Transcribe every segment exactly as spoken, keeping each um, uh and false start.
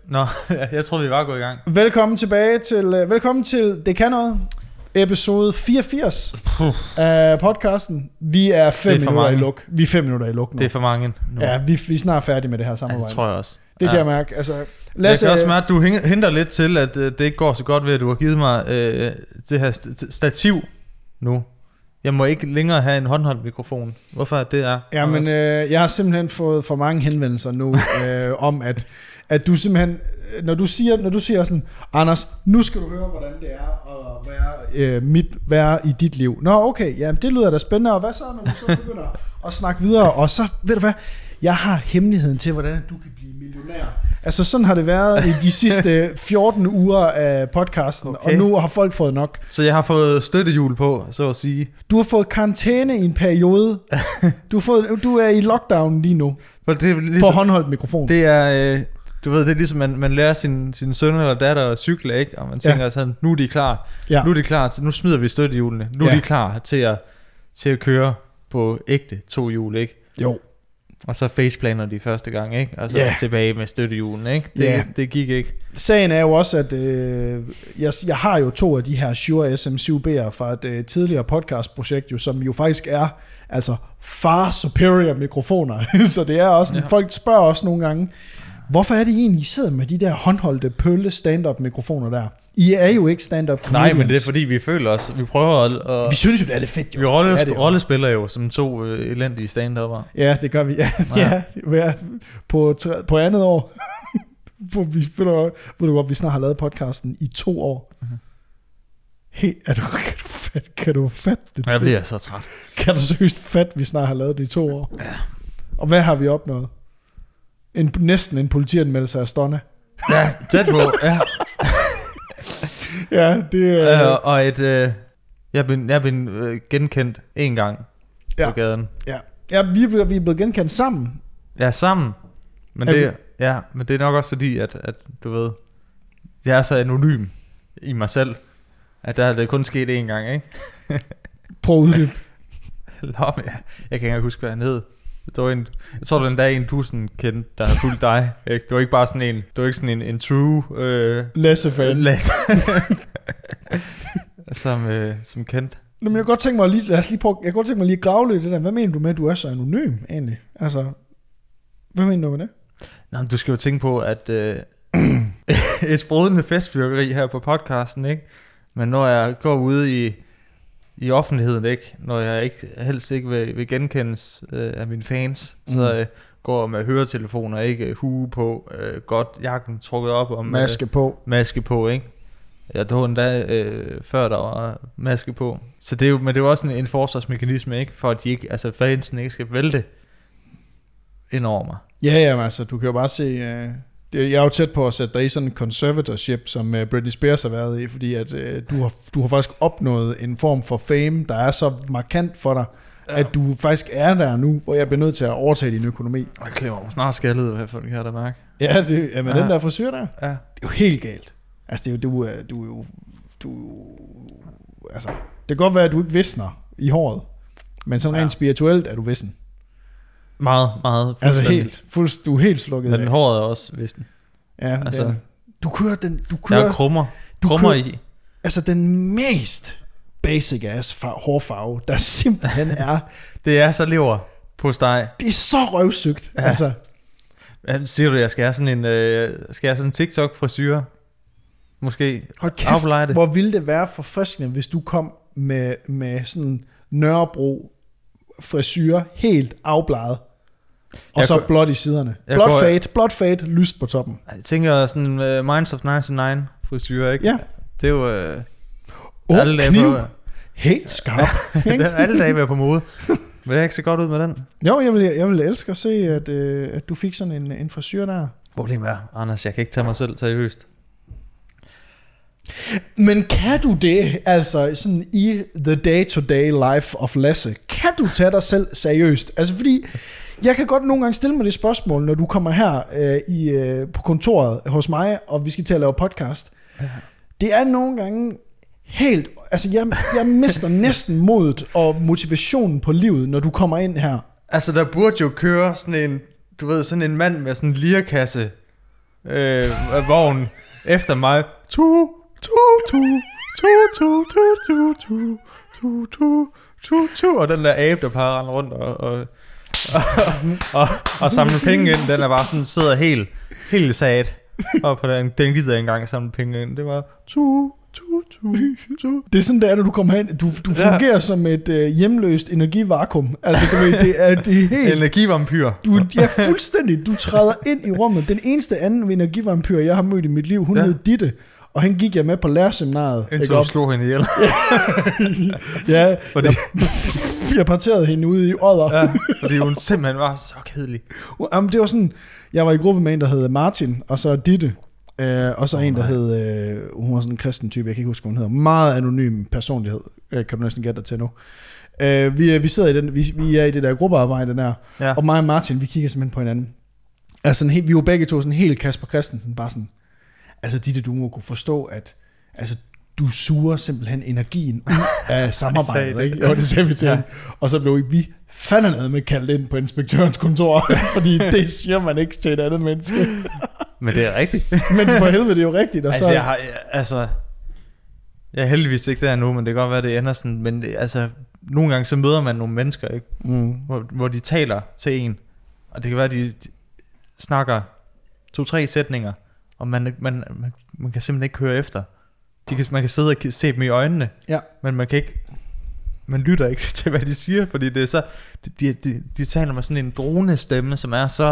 Nå, jeg troede vi var gået i gang. Velkommen tilbage til, uh, velkommen til Det Kan Noget, episode fireogfirs Puh. af podcasten. Vi er fem er minutter mange. i luk. Vi er fem minutter i luk nu. Det er for mange nu. Ja, vi, vi er snart færdige med det her samarbejde. Ja, det tror jeg også. Det ja. kan jeg mærke. Altså, Lasse, jeg kan også mærke, at du henter lidt til, at uh, det ikke går så godt ved, at du har givet mig uh, det her st- stativ nu. Jeg må ikke længere have en håndholdt mikrofon. Hvorfor det er? Ja, men øh, jeg har simpelthen fået for mange henvendelser nu øh, om at at du simpelthen når du siger når du siger sådan, Anders, nu skal du høre hvordan det er at være øh, mit være i dit liv. Nå, okay, ja, det lyder da spændende. Og hvad så når du så begynder at snakke videre? Og så ved du hvad? Jeg har hemmeligheden til hvordan du kan blive millionær. Altså sådan har det været i de sidste fjorten uger af podcasten, okay. Og nu har folk fået nok. Så jeg har fået støttehjul på, så at sige. Du har fået karantæne i en periode. Du har fået, du er i lockdown lige nu. For, det er ligesom, for håndholdt mikrofon. Det er, øh, du ved, det er ligesom man, man lærer sin, sin søn eller datter at cykle, ikke? Og man tænker ja. sådan, nu er de klar. Ja. Nu er de klar til, nu smider vi støttehjulene. Nu er ja. de klar til at til at køre på ægte to hjul, ikke? Jo. Og så faceplaner de første gang, ikke? Og så yeah. tilbage med støttehjulen, ikke? Det, yeah. det gik ikke. Sagen er jo også, at øh, jeg, jeg har jo to af de her Shure S M syv B'er fra et øh, tidligere podcastprojekt, jo, som jo faktisk er altså far superior mikrofoner. Så det er også, ja. folk spørger også nogle gange, hvorfor er det egentlig, I sidder med de der håndholdte pølle stand-up mikrofoner der? I er jo ikke stand-up comedians. Nej, men det er fordi, vi føler os, vi prøver at... at vi synes jo, det er det fedt. Jo. Vi rolle, det rollespiller jo som to øh, elendige stand-upper. Ja, det gør vi. Ja, ja. ja på, på andet år. vi spiller, ved du godt, vi snart har lavet podcasten i to år. Mm-hmm. Hey, er du, kan, du fat, kan du fatte det? Jeg bliver så træt. Kan du seriøst fatte, vi snart har lavet det i to år? Ja. Og hvad har vi opnået? En, næsten en politianmeldelse af Stonne. Ja, tæt på, ja. Ja, det er... Øh, og et... Øh, jeg er blevet, jeg er blevet øh, genkendt en gang ja. på gaden. Ja, ja vi, er, vi er blevet genkendt sammen. Ja, sammen. Men det, vi... ja, men det er nok også fordi, at, at du ved... Jeg er så anonym i mig selv, at der er det kun sket én gang, ikke? Prøv at uddybe. Jeg kan ikke engang huske, hvad han hed. Det var en, jeg tror, det var en dag, en du sådan kendte, der havde fulgt dig. Ikke? Det var ikke bare sådan en, det var ikke sådan en, en true... Øh, Lasse-fan. Lasse. som, øh, som kendte. Nå, men jeg kan godt tænke mig lige, lad os lige prøve, jeg kan godt tænke mig lige at grave lidt i det der. Hvad mener du med, at du er så anonym, egentlig? Altså, hvad mener du med det? Nå, men du skal jo tænke på, at øh, et sprudende festfyrkeri her på podcasten, ikke? Men når jeg går ude i... i offentligheden, ikke, når jeg ikke helst ikke vil, vil genkendes øh, af mine fans, mm. så øh, går jeg med høretelefoner, ikke hue på, øh, godt jakken trukket op og maske på, maske på, ikke. Jeg tog en dag øh, før der var maske på. Så det er jo, men det er jo også en, en forsvarsmekanisme, ikke, for at de ikke, altså fansen ikke skal vælte ind over mig. Ja, ja, altså du kan jo bare se. Øh Jeg er jo tæt på at sætte dig i sådan en conservatorship, som Britney Spears har været i, fordi at øh, du, har, du har faktisk opnået en form for fame, der er så markant for dig, ja. At du faktisk er der nu, hvor jeg bliver nødt til at overtage din økonomi. Jeg klæder mig snart skaldet, hvad folk her der mærke. Ja, det, ja, med ja. den der frisyr der, ja. Det er jo helt galt. Altså, det er jo, du er du, du, du, altså, det kan godt være, at du ikke visner i håret, men sådan ja. rent spirituelt er du vissen. Meget, meget. Altså helt, fuldst, du er helt slukket. Men håret er også visten. Ja, altså, den, du kører den, du kører. Der er krummer, krummer kører, i. Altså den mest basic ass far, hårfarve, der simpelthen er. Det er så lever på steg. Det er så røvsygt. Ja. Altså. Siger du, jeg skal have sådan en, øh, skal jeg sådan en TikTok frisyre? Måske. Hold kæft, hvor ville det være forfriskende, hvis du kom med, med sådan Nørrebro frisyre, helt afbladet. Og jeg så blåt i siderne. Blot fade, blot fade, lyst på toppen. Jeg tænker sådan uh, Minds of nioghalvfems frisyre, ikke? Ja. Det er jo uh, oh, alle dage kniv. På, helt skarp. Det er alle dage være på mode. Vil det ikke se godt ud med den? Jo, jeg vil, jeg vil elske at se, at, uh, at du fik sådan en, en frisyre der. Problemet er, Anders, jeg kan ikke tage mig selv seriøst. Men kan du det, altså sådan i the day-to-day life of Lasse, kan du tage dig selv seriøst? Altså fordi, jeg kan godt nogle gange stille mig det spørgsmål, når du kommer her øh, i, øh, på kontoret hos mig, og vi skal til at lave podcast. Det er nogle gange helt, altså jeg, jeg mister næsten modet og motivationen på livet, når du kommer ind her. Altså der burde jo køre sådan en, du ved, sådan en mand med sådan en lirekasse øh, vogn efter mig. Tu, tu, tu, tu, tu, tu, tu, tu, tu, tu, tu, tu, og den der abe, der bare render rundt og, og, og, og, og samle penge ind, den er bare sådan, sidder helt, helt sat. Og på den, den gider jeg engang samle penge ind. Det var tu, tu, tu, tu. Det er sådan, det er, når du kommer hen. Du, du fungerer ja. som et øh, hjemløst energivakuum. Altså, du ved, det er, det er helt... Energivampyr. Du, ja, fuldstændig. Du træder ind i rummet. Den eneste anden energivampyr, jeg har mødt i mit liv, hun ja. hed Ditte. Og han gik jeg med på lærerseminaret. Indtil du slog hende ihjel. Ja, fordi... jeg, jeg parterede hende ude i Odder. Ja, fordi hun simpelthen var så kedelig. Jamen, det var sådan, jeg var i gruppe med en, der hed Martin, og så Ditte. Øh, og så oh, en, der nej. hed, øh, hun var sådan en kristen type, jeg kan ikke huske, hvad hun hedder. Meget anonym personlighed, øh, kan du næsten gætte dig til nu. Øh, vi, vi sidder i den, vi, vi er i det der gruppearbejde der, ja. Og mig og Martin, vi kigger simpelthen på hinanden. Altså, helt, vi var begge to sådan helt Kasper Christensen, bare sådan, altså Ditte, du må kunne forstå, at altså, du suger simpelthen energien ud af samarbejdet, ikke? Jo, det sagde vi til ja. Og så blev vi fandme med kaldt ind på inspektørens kontor, fordi det siger man ikke til et andet menneske. Men det er rigtigt. Men for helvede, det er jo rigtigt. Og altså, så... jeg har, altså, jeg er heldigvis ikke der nu, men det kan godt være, det ender sådan, men altså, nogle gange så møder man nogle mennesker, ikke? Mm. Hvor, hvor de taler til en, og det kan være, de, de snakker to-tre sætninger, og man, man, man, man kan simpelthen ikke høre efter. De kan, man kan sidde og se dem i øjnene, ja. Men man kan ikke, man lytter ikke til, hvad de siger, fordi det er så, de, de, de taler med sådan en dronestemme, som er så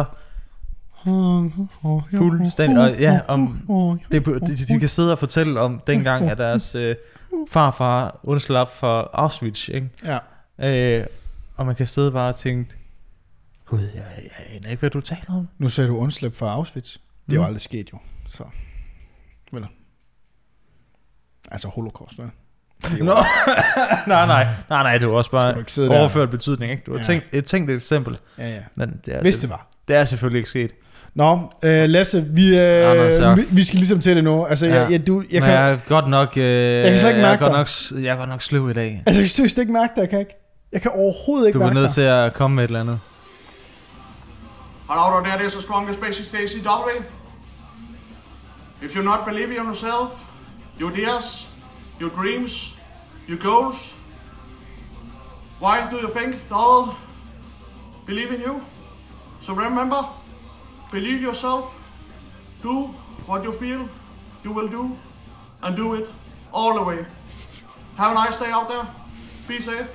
fuldstændig, og ja, om, det, de, de kan sidde og fortælle om dengang, at deres øh, farfar undslap for Auschwitz, ikke? Ja. Øh, og man kan sidde bare og tænke, gud, jeg, jeg aner ikke, hvad du taler om. Nu sagde du undslap for Auschwitz. Det er mm. jo aldrig sket jo, så, vel. Altså holocaust, ikke? Nå. nej, nej, nej, nej, det var også bare overført betydning, ikke? Du har ja. tænkt et tænkt eksempel. Ja, ja. Men det er hvis det var. Det er selvfølgelig ikke sket. Nå, øh, Lasse, vi, øh, vi, vi skal ligesom til det nu. Altså, ja. jeg, jeg, du, jeg, kan, jeg er godt nok, øh, jeg kan så ikke mærke jeg er godt nok, jeg er godt nok sløv i dag. Altså, jeg kan seriøst ikke mærke det, jeg kan ikke. Jeg kan overhovedet ikke mærke det. Du er nødt til at komme med et eller andet. Hello there, this is Strongest Basic Stacy W. If you not believe in yourself, your ideas, your dreams, your goals, why do you think the other believe in you? So remember, believe yourself, do what you feel you will do, and do it all the way. Have a nice day out there. Be safe.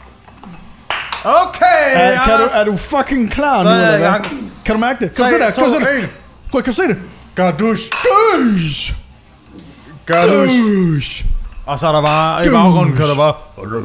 Okay! Er, kan du, er du fucking klar så nu, eller hvad? Kan du mærke det? Kan du se det? Kan du se det? Prøv, kan du se det? Gør dusch. Dusch! Gør dusch. Og så er der bare, i baggrunden kører der bare...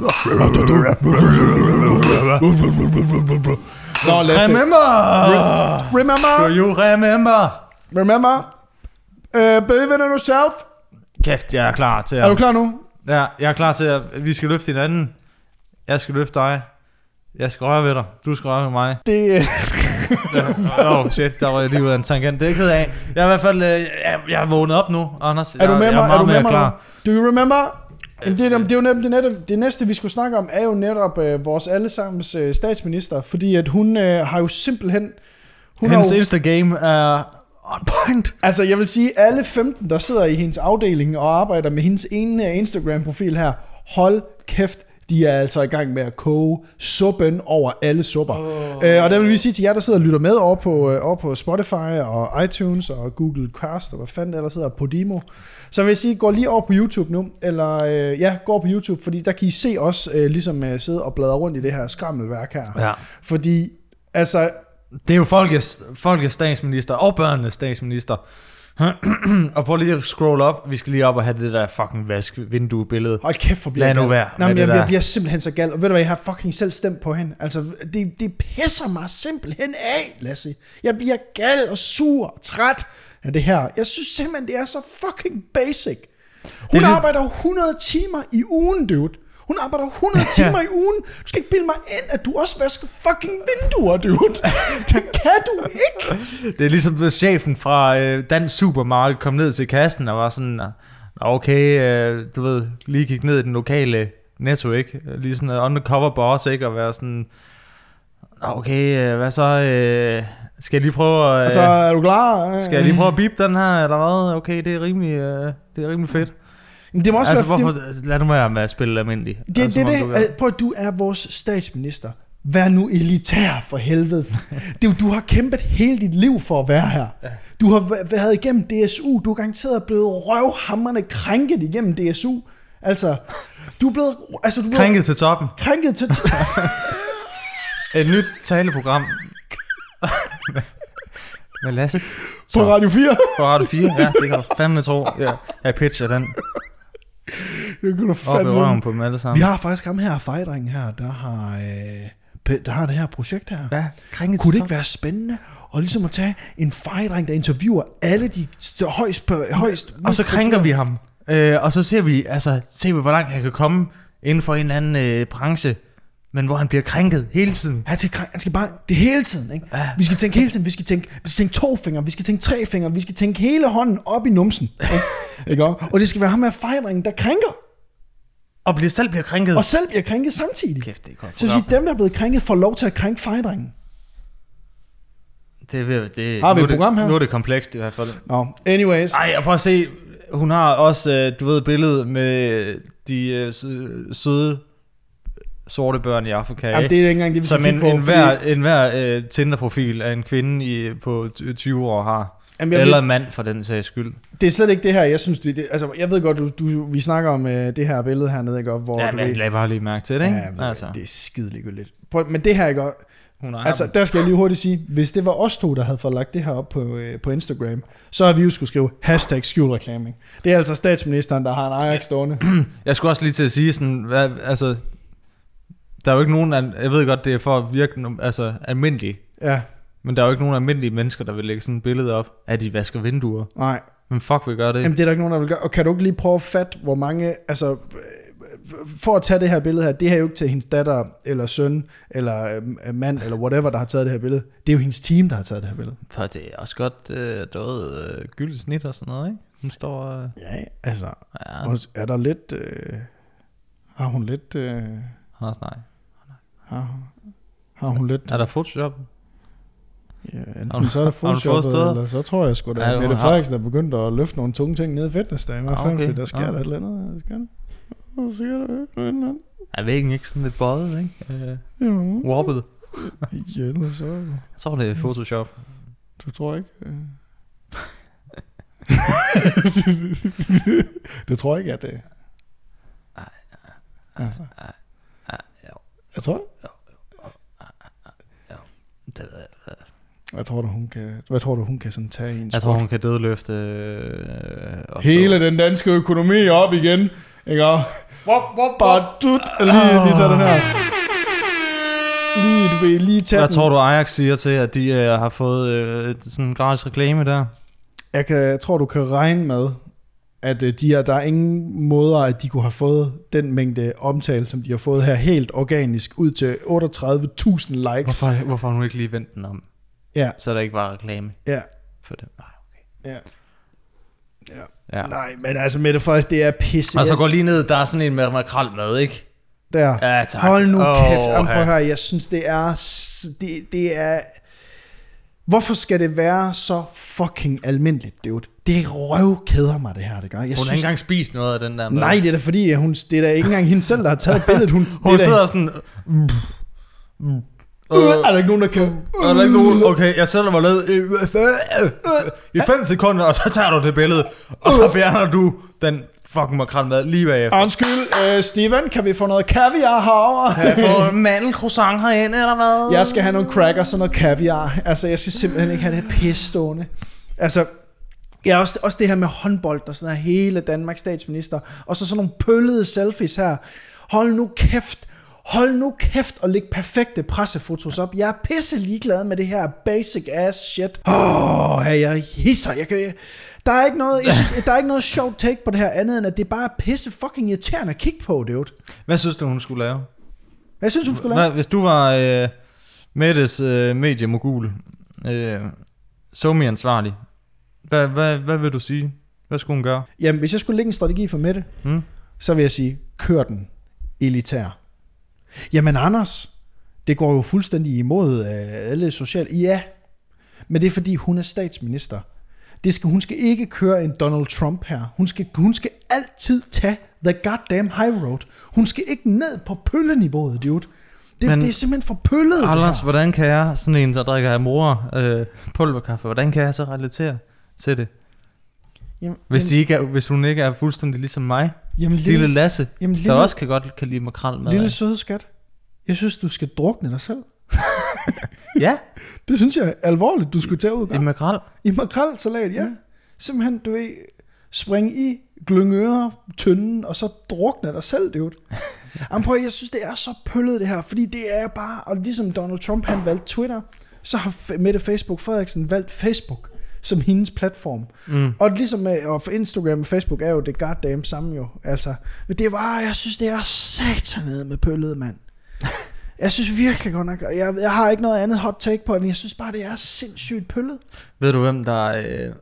Nå, Lasse. Remember! Remember! Do you remember? Remember? Uh, believe in yourself. Kæft, jeg er klar til at... Er du klar nu? Ja, jeg er klar til at... Vi skal løfte hinanden. Jeg skal løfte dig. Jeg skal røre ved dig. Du skal røre med mig. Det... Åh, oh shit, der var jeg lige ud af en tangent. Det er ikke ked af. Jeg er i hvert fald... Jeg, jeg er vågnet op nu, Anders. Er du med jeg, mig? jeg er, er du med mig klar. Do you remember? Det, det, det er jo netop, det, netop, det næste, vi skulle snakke om, er jo netop uh, vores allesammens uh, statsminister. Fordi at hun uh, har jo simpelthen... Hun hendes jo, Instagram er on point. Altså, jeg vil sige, alle femten, der sidder i hendes afdeling og arbejder med hendes ene Instagram-profil her, hold kæft, de er altså i gang med at koge suppen over alle supper. Oh. Øh, og der vil vi sige til jer, der sidder og lytter med over på, øh, over på Spotify og iTunes og Google Cast og hvad fanden der sidder på Podimo. Så vil jeg sige, gå lige over på YouTube nu, eller øh, ja, gå over på YouTube, fordi der kan I se os øh, ligesom øh, sidde og bladre rundt i det her skrammelværk her. Ja. Fordi, altså... Det er jo folkets, folkets statsminister og børnenes statsminister. Og prøv lige at scroll op. Vi skal lige op og have det der fucking vask-vindue-billede. Hold kæft, for bliver Lad nu være. Nej, men jeg, jeg bliver simpelthen så gal. Og ved du hvad, jeg har fucking selv stemt på hende. Altså, det, det pisser mig simpelthen af, Lasse. Jeg bliver gal og sur og træt af det her. Jeg synes simpelthen, det er så fucking basic. Hun lidt... arbejder hundrede timer i ugen, dude. Hun arbejder hundrede timer i ugen. Du skal ikke bilde mig ind, at du også vasker fucking vinduer, dude. Det kan du ikke. Det er ligesom chefen fra øh, Dansk Supermarked kom ned til kassen og var sådan, okay, øh, du ved, lige gik ned i den lokale Netto, ikke? Lige sådan uh, undercover boss, ikke? Og være sådan, okay, øh, hvad så? Øh, Skal jeg lige prøve at... Altså, er du klar? Skal jeg lige prøve at beep den her, eller hvad? Okay, det er rimelig, uh, det er rimelig fedt. Men det må også altså, være... hvorfor, det, lad nu være med at spille almindelig. Det er altså, det, du, det. Prøv at du er vores statsminister. Vær nu elitær for helvede. Det, du har kæmpet hele dit liv for at være her. Du har været igennem D S U. Du er garanteret blevet røvhammerne krænket igennem D S U. Altså, du er blevet... Altså, du er blevet krænket til toppen. Krænket til toppen. Et nyt taleprogram. Med Lasse. Så. På Radio fire. På Radio fire, ja. Det kan du fandme tro. Ja, jeg pitcher den. Det kan du fandme. På dem alle sammen. Vi har faktisk ham her, fejdringen her, der har, øh, der har det her projekt her. Ja, krænket. Kunne det ikke være spændende og ligesom at tage en fejdreng, der interviewer alle de højst... højst og så krænker vi ham. Øh, og så ser vi, altså, ser vi, hvor langt han kan komme inden for en eller anden øh, branche. Men hvor han bliver krænket hele tiden. Han skal, han skal bare, det hele tiden, ikke? Ja. Vi skal tænke hele tiden, vi skal tænke, vi skal tænke to fingre, vi skal tænke tre fingre, vi skal tænke hele hånden op i numsen. Ikke? Ikke? Og det skal være ham med fejdringen, der krænker. Og bliver selv bliver krænket. Og selv bliver krænket samtidig. Kæft, det er godt. Så vil sige, dem, der er blevet krænket, får lov til at krænke fejdringen. Det, det, det, har vi et det, program her? Nu er det komplekst i hvert fald. Nå, no. Anyways. Ej, og prøv at se, hun har også, du ved, billedet med de søde sorte børn i Afrika. Jamen, det er ikke engang det, vi skal kigge på. Som en, hver, en hver uh, Tinder-profil af en kvinde i, på tyve år har. Jamen, eller bliver... en mand for den sags skyld. Det er slet ikke det her, jeg synes, det, det altså, jeg ved godt, du, du, vi snakker om uh, det her billede hernede, ikke? Hvor ja, du men jeg lader bare lige mærke til det, ikke? Ja, altså. Det er skideligt lidt. Men det her, ikke? Altså, der skal jeg lige hurtigt sige, hvis det var os to, der havde fået lagt det her op på, øh, på Instagram, så har vi jo skulle skrive hashtag skjulreklaming. Det er altså statsministeren, der har en Ajax stående. Jeg skulle også lige til at sige sådan, hvad, altså, der er jo ikke nogen, jeg ved godt, det er for at virke altså, almindelig. Ja. Men der er jo ikke nogen almindelige mennesker, der vil lægge sådan et billede op, at de vasker vinduer. Nej. Men fuck vil gøre det. Jamen det er der ikke nogen, der vil gøre. Og kan du ikke lige prøve at fatte, hvor mange, altså, for at tage det her billede her, det her er jo ikke til hendes datter, eller søn, eller øh, mand, eller whatever, der har taget det her billede. Det er jo hendes team, der har taget det her billede. For det er også godt, øh, du ved, øh, gyldt snit og sådan noget, ikke? Hun står... Øh... Ja, altså, ja. Er der lidt, øh, har hun lidt... Øh, Anders, nej. Har, har hun lidt... Er der Photoshop? Ja, enten så er der Photoshop, eller så tror jeg sgu da, at Mette Frederiksen er begyndt at løfte nogle tunge ting ned i fitnessdagen. Hvad fanden, okay. Der sker ja. Der et eller andet. Skal der sker der et eller andet. Er væggen ikke sådan lidt bøjet, ikke? Uh, jo. Warpet. Ja, eller så... Jeg tror, det er Photoshop. Du tror ikke? Du tror ikke, at det... Nej, nej, nej. Jeg tror det. Det ved jeg. Hvad tror du, hun kan, hvad tror du, hun kan sådan tage i en Jeg tror, hun kan dødløfte... Øh, hele den danske økonomi op igen. Ikke? Bare dut, lige, lige tage den her. Lige, du vil lige tage Hvad den. tror du, Ajax siger til, at de øh, har fået øh, sådan en gratis reklame der? Jeg, kan, jeg tror, du kan regne med, at øh, de er, der er ingen måder, at de kunne have fået den mængde omtale, som de har fået her helt organisk, ud til otteogtredive tusind likes. Hvorfor, hvorfor har hun ikke lige vendt den om? Ja. Så der ikke var reklame. Ja. For det. Nej, okay. Ja. Ja. Ja. Nej, men altså Mette Frederiksen, det er pisse. Og så går lige ned, der er sådan en med makrel med, ikke? Der. Ja, tak. Hold nu oh, kæft. Jamen, prøv at høre, jeg synes, det er, det, det er... Hvorfor skal det være så fucking almindeligt, dude? Det røvkæder mig, det her, det gør. Jeg hun synes, har ikke engang spist noget af den der mad. Nej, det er da fordi, hun, det er da ikke engang hende selv, der har taget billedet. Hun, hun det sidder der, sådan... Øh, er der ikke nogen, der kan... Er der ikke nogen... Okay, jeg sætter mig ned i, i fem sekunder, og så tager du det billede, og så fjerner du den fucking makrel mad lige bagefter. Undskyld, uh, Steven, kan vi få noget kaviar herovre? Kan jeg få mandelcroissant herinde, eller hvad? Jeg skal have nogle crackers og noget kaviar. Altså, jeg skal simpelthen ikke have det her pisse stående. Altså... Ja, også, også det her med håndbold og sådan her, hele Danmarks statsminister, og så sådan nogle pøllede selfies her. Hold nu kæft, hold nu kæft og læg perfekte pressefotos op. Jeg er pisse ligeglad med det her basic ass shit. Åh, oh, jeg hisser, jeg kan... Der er ikke noget, jeg synes, der er ikke noget sjovt take på det her andet, end at det er bare pisse fucking irriterende at kigge på, dude. Hvad synes du, hun skulle lave? Hvad synes du, hun skulle lave? Hvad, hvis du var øh, Mettes øh, mediemogul, øh, somi-ansvarlig, Hvad, hvad, hvad vil du sige? Hvad skulle hun gøre? Jamen, hvis jeg skulle lægge en strategi for Mette, hmm? så vil jeg sige, kør den elitær. Jamen Anders, det går jo fuldstændig imod alle sociale... Ja, Men det er fordi, hun er statsminister. Det skal, hun skal ikke køre en Donald Trump her. Hun skal, hun skal altid tage the goddamn high road. Hun skal ikke ned på pølleniveauet, dude. Det, det er simpelthen for pøllet. Anders, hvordan kan jeg, sådan en, der drikker af mor øh, pulverkaffe, hvordan kan jeg så relatere til det? Jamen, hvis, de ikke er, hvis hun ikke er fuldstændig ligesom mig. Jamen, lille, lille Lasse, jamen, lille, der også kan godt kan lide makrel med. Lille søde skat. Jeg synes, du skal drukne dig selv. Ja. Det synes jeg er alvorligt, du skulle tage ud. I makrel? I makrelsalat, ja. Mm. Simpelthen, du ved, spring i Glyngøre tønden, og så drukne dig selv, dude. Jamen prøv, jeg synes, det er så pøllet det her, fordi det er bare, og ligesom Donald Trump, han valgte Twitter, så har Mette Facebook Frederiksen valgt Facebook som hendes platform. Mm. Og ligesom med, og for Instagram og Facebook er jo det goddamn samme jo. Altså, men det er bare, jeg synes, det er satanet med pøllet, mand. Jeg synes virkelig godt nok, jeg, jeg har ikke noget andet hot take på det, men jeg synes bare, det er sindssygt pøllet. Ved du, hvem der øh,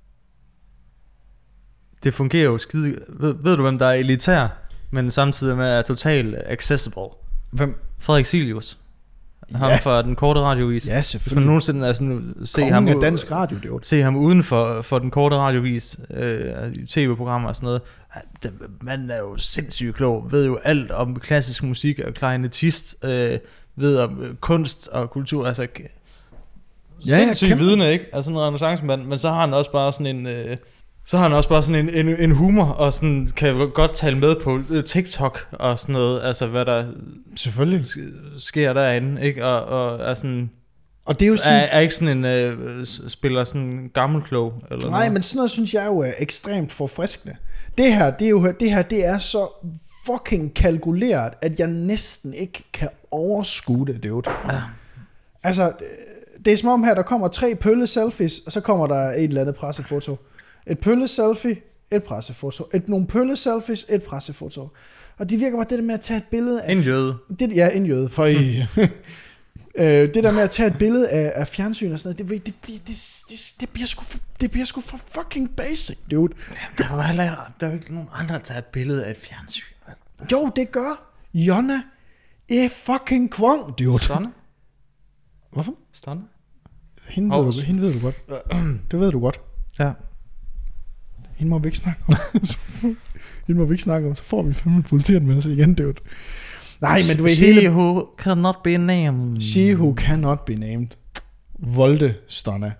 det fungerer jo skide... Ved, ved du, hvem der er elitær, men samtidig med er totalt accessible? Hvem? Frederik Silius. Ham ja. Fra den korte radiovis. Ja, selvfølgelig. Hvis man nogensinde er sådan, se Kongen ham, af dansk radio, det var. Se ham uden for, for den korte radiovis, øh, tv-programmer og sådan noget. Man er jo sindssygt klog, ved jo alt om klassisk musik og klarinettist, øh, ved om øh, kunst og kultur, altså ja, sindssygt vidne, ikke? Altså noget renaissancemand, men så har han også bare sådan en... Øh, Så har han også bare sådan en, en, en humor, og sådan kan godt tale med på TikTok og sådan noget, altså hvad der selvfølgelig sker derinde, ikke? Og, og er sådan... Og det er jo sådan, er, er ikke sådan en øh, spiller sådan gammelklog eller nej, noget. Men sådan noget synes jeg jo er ekstremt forfriskende. Det her, det er jo det her, det er så fucking kalkuleret, at jeg næsten ikke kan overskue det, dude. Ja. Altså, det er som om her, der kommer tre pølle selfies, og så kommer der et eller andet pressefoto. Et pølle selfie, et pressefoto. Et nogle pølle selfies, et pressefoto. Og det virker bare det der med at tage et billede af... En jøde. Det, ja, en jøde. For i, øh, det der med at tage et billede af, af fjernsyn og sådan noget, det, det, det, det, det, det, bliver sgu for, det bliver sgu for fucking basic, dude. Jamen, der er jo heller, der er jo ikke nogen andre, der tager et billede af et fjernsyn. Jo, det gør Jonna er fucking kvong, dude. Stonne? Hvorfor? Stonne? Hende, ved du, hende ved du godt. Det ved du godt. Ja. Hende må vi ikke snakke om. Hende må vi ikke snakke om, så får vi fandme politianmeldelse igen, dude. Nej, men du ved hele... She who cannot be named. She who cannot be named. Volde Stonna.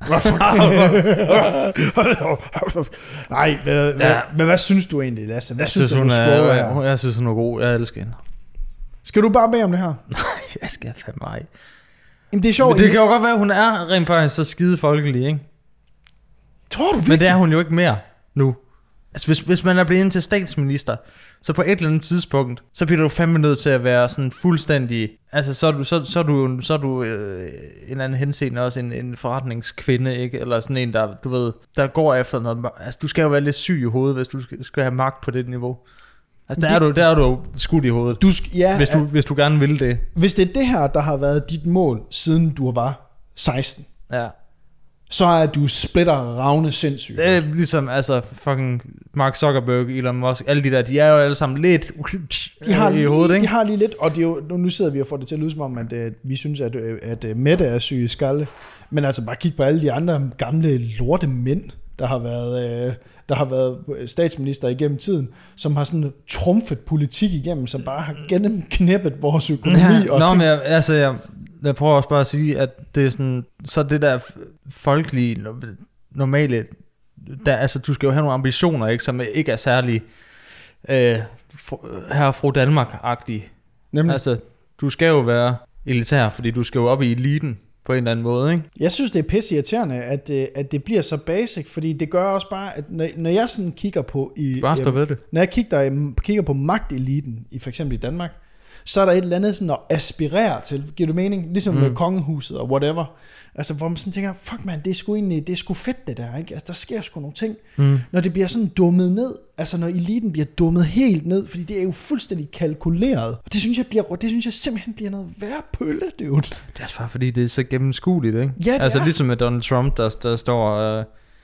Nej, men, ja. men hvad synes du egentlig, Lasse? Hvad jeg synes, synes, du, hun er, jeg, jeg synes, hun er god. Jeg elsker hende. Skal du bare bede om det her? Nej, jeg skal fandme ej. Jamen, det er sjovt. Men det kan jo godt være, at hun er rent faktisk så skide folkelig, ikke? Tror du virkelig? Men det er hun jo ikke mere nu. Altså hvis, hvis man er blevet til statsminister, så på et eller andet tidspunkt, så bliver du fandme nødt til at være sådan fuldstændig, altså så er du, så, så er du, så er du øh, en anden henseende også en, en forretningskvinde, ikke? Eller sådan en, der, du ved, der går efter noget, altså du skal jo være lidt syg i hovedet, hvis du skal, skal have magt på det niveau. Altså der, det, er du, der er du skudt i hovedet, du sk- ja, hvis, du, hvis du gerne vil det. Hvis det er det her, der har været dit mål, siden du var seksten, ja. Så er du splitter ravne sindssygt. Det er ligesom, altså, fucking Mark Zuckerberg, Elon Musk, alle de der, de er jo alle sammen lidt de har i lige, hovedet, ikke? De har lige lidt, og det er jo, nu sidder vi og får det til at lyde som om, at, at vi synes, at, at, at Mette er syg i skalle. Men altså, bare kig på alle de andre gamle lorte mænd, der har været, der har været statsminister igennem tiden, som har sådan trumfet politik igennem, som bare har gennemknæppet vores økonomi. Ja, og nå, men jeg, altså, jeg, jeg prøver også bare at sige, at det er sådan, så det der folkelige, normale, der, altså du skal jo have nogle ambitioner, ikke, som ikke er særlig øh, her fra Danmark-agtige. Nemlig. Altså, du skal jo være elitær, fordi du skal jo op i eliten på en eller anden måde, ikke? Jeg synes, det er pisse irriterende, at, at det bliver så basic, fordi det gør også bare, at når, når jeg sådan kigger på i, bare stå ved det. Når jeg kigger, kigger på magteliten, i for eksempel i Danmark, så er der et eller andet sådan at aspirere til, giver du mening? Ligesom mm. med kongehuset og whatever. Altså, hvor man sådan tænker, fuck man, det er sgu egentlig, det er sgu fedt det der, ikke? Altså, der sker sgu nogle ting. Mm. Når det bliver sådan dummet ned, altså når eliten bliver dummet helt ned, fordi det er jo fuldstændig kalkuleret. Og det synes jeg, bliver, det synes jeg simpelthen bliver noget værre pølle, dude. Det er også bare fordi, det er så gennemskueligt, ikke? Ja, det altså er. Ligesom med Donald Trump, der, der står øh,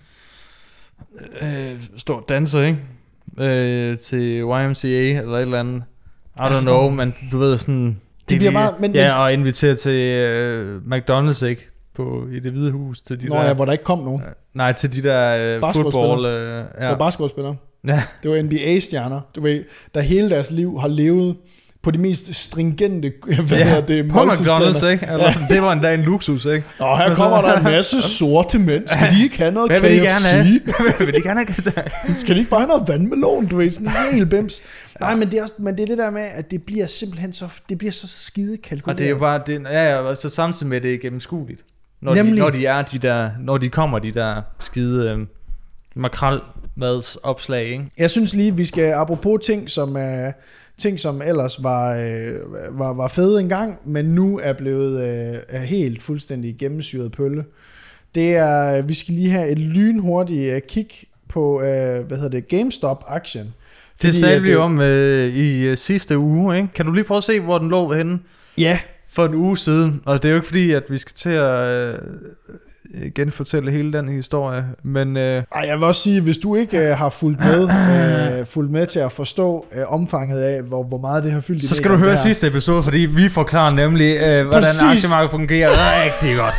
øh, står og danser, ikke? Øh, til Y M C A eller et eller andet. I don't know, men du ved sådan... Det bliver meget... Men, ja, og inviterer til uh, McDonald's, ikke? på, i det hvide hus. Til de Nå der, ja, hvor der ikke kom nogen. Nej, til de der uh, fodbold... Uh, ja. Det var basketballspillere. Ja. Det var N B A-stjerner, du ved, der hele deres liv har levet på de mest stringente, hvad ja, det, på McDonald's, ikke? Eller sådan, det var endda en luksus, ikke? Nå, her kommer der en masse sorte mænd. Skal de ikke have noget Hvad K F C? Vil de gerne have? Hvad vil de gerne have? Skal de ikke bare have noget vandmelon, du ved, sådan en helt bims. Nej, men det, er også, men det er det der med, at det bliver simpelthen så, det bliver så skide kalkuleret. Og det er jo bare, det, ja, ja, og så samtidig med det er gennemskueligt. Når de, når de er de der, når de kommer de der skide øh, makrelmadsopslag, ikke? Jeg synes lige, vi skal, apropos ting, som er... ting, som ellers var, øh, var, var fede engang, men nu er blevet øh, er helt fuldstændig gennemsyret pølle. Det er, vi skal lige have et lynhurtigt øh, kig på, øh, hvad hedder det, GameStop-aktien. Det sagde vi om øh, i øh, sidste uge, ikke? Kan du lige prøve at se, hvor den lå henne? Ja. For en uge siden, og det er jo ikke fordi, at vi skal til at... Øh, genfortælle hele den historie, men... Øh... Ej, jeg vil også sige, hvis du ikke øh, har fulgt med, øh, fulgt med til at forstå øh, omfanget af, hvor, hvor meget det har fyldt i så skal du høre sidste episode, fordi vi forklarer nemlig, øh, hvordan aktiemarkedet fungerer rigtig godt.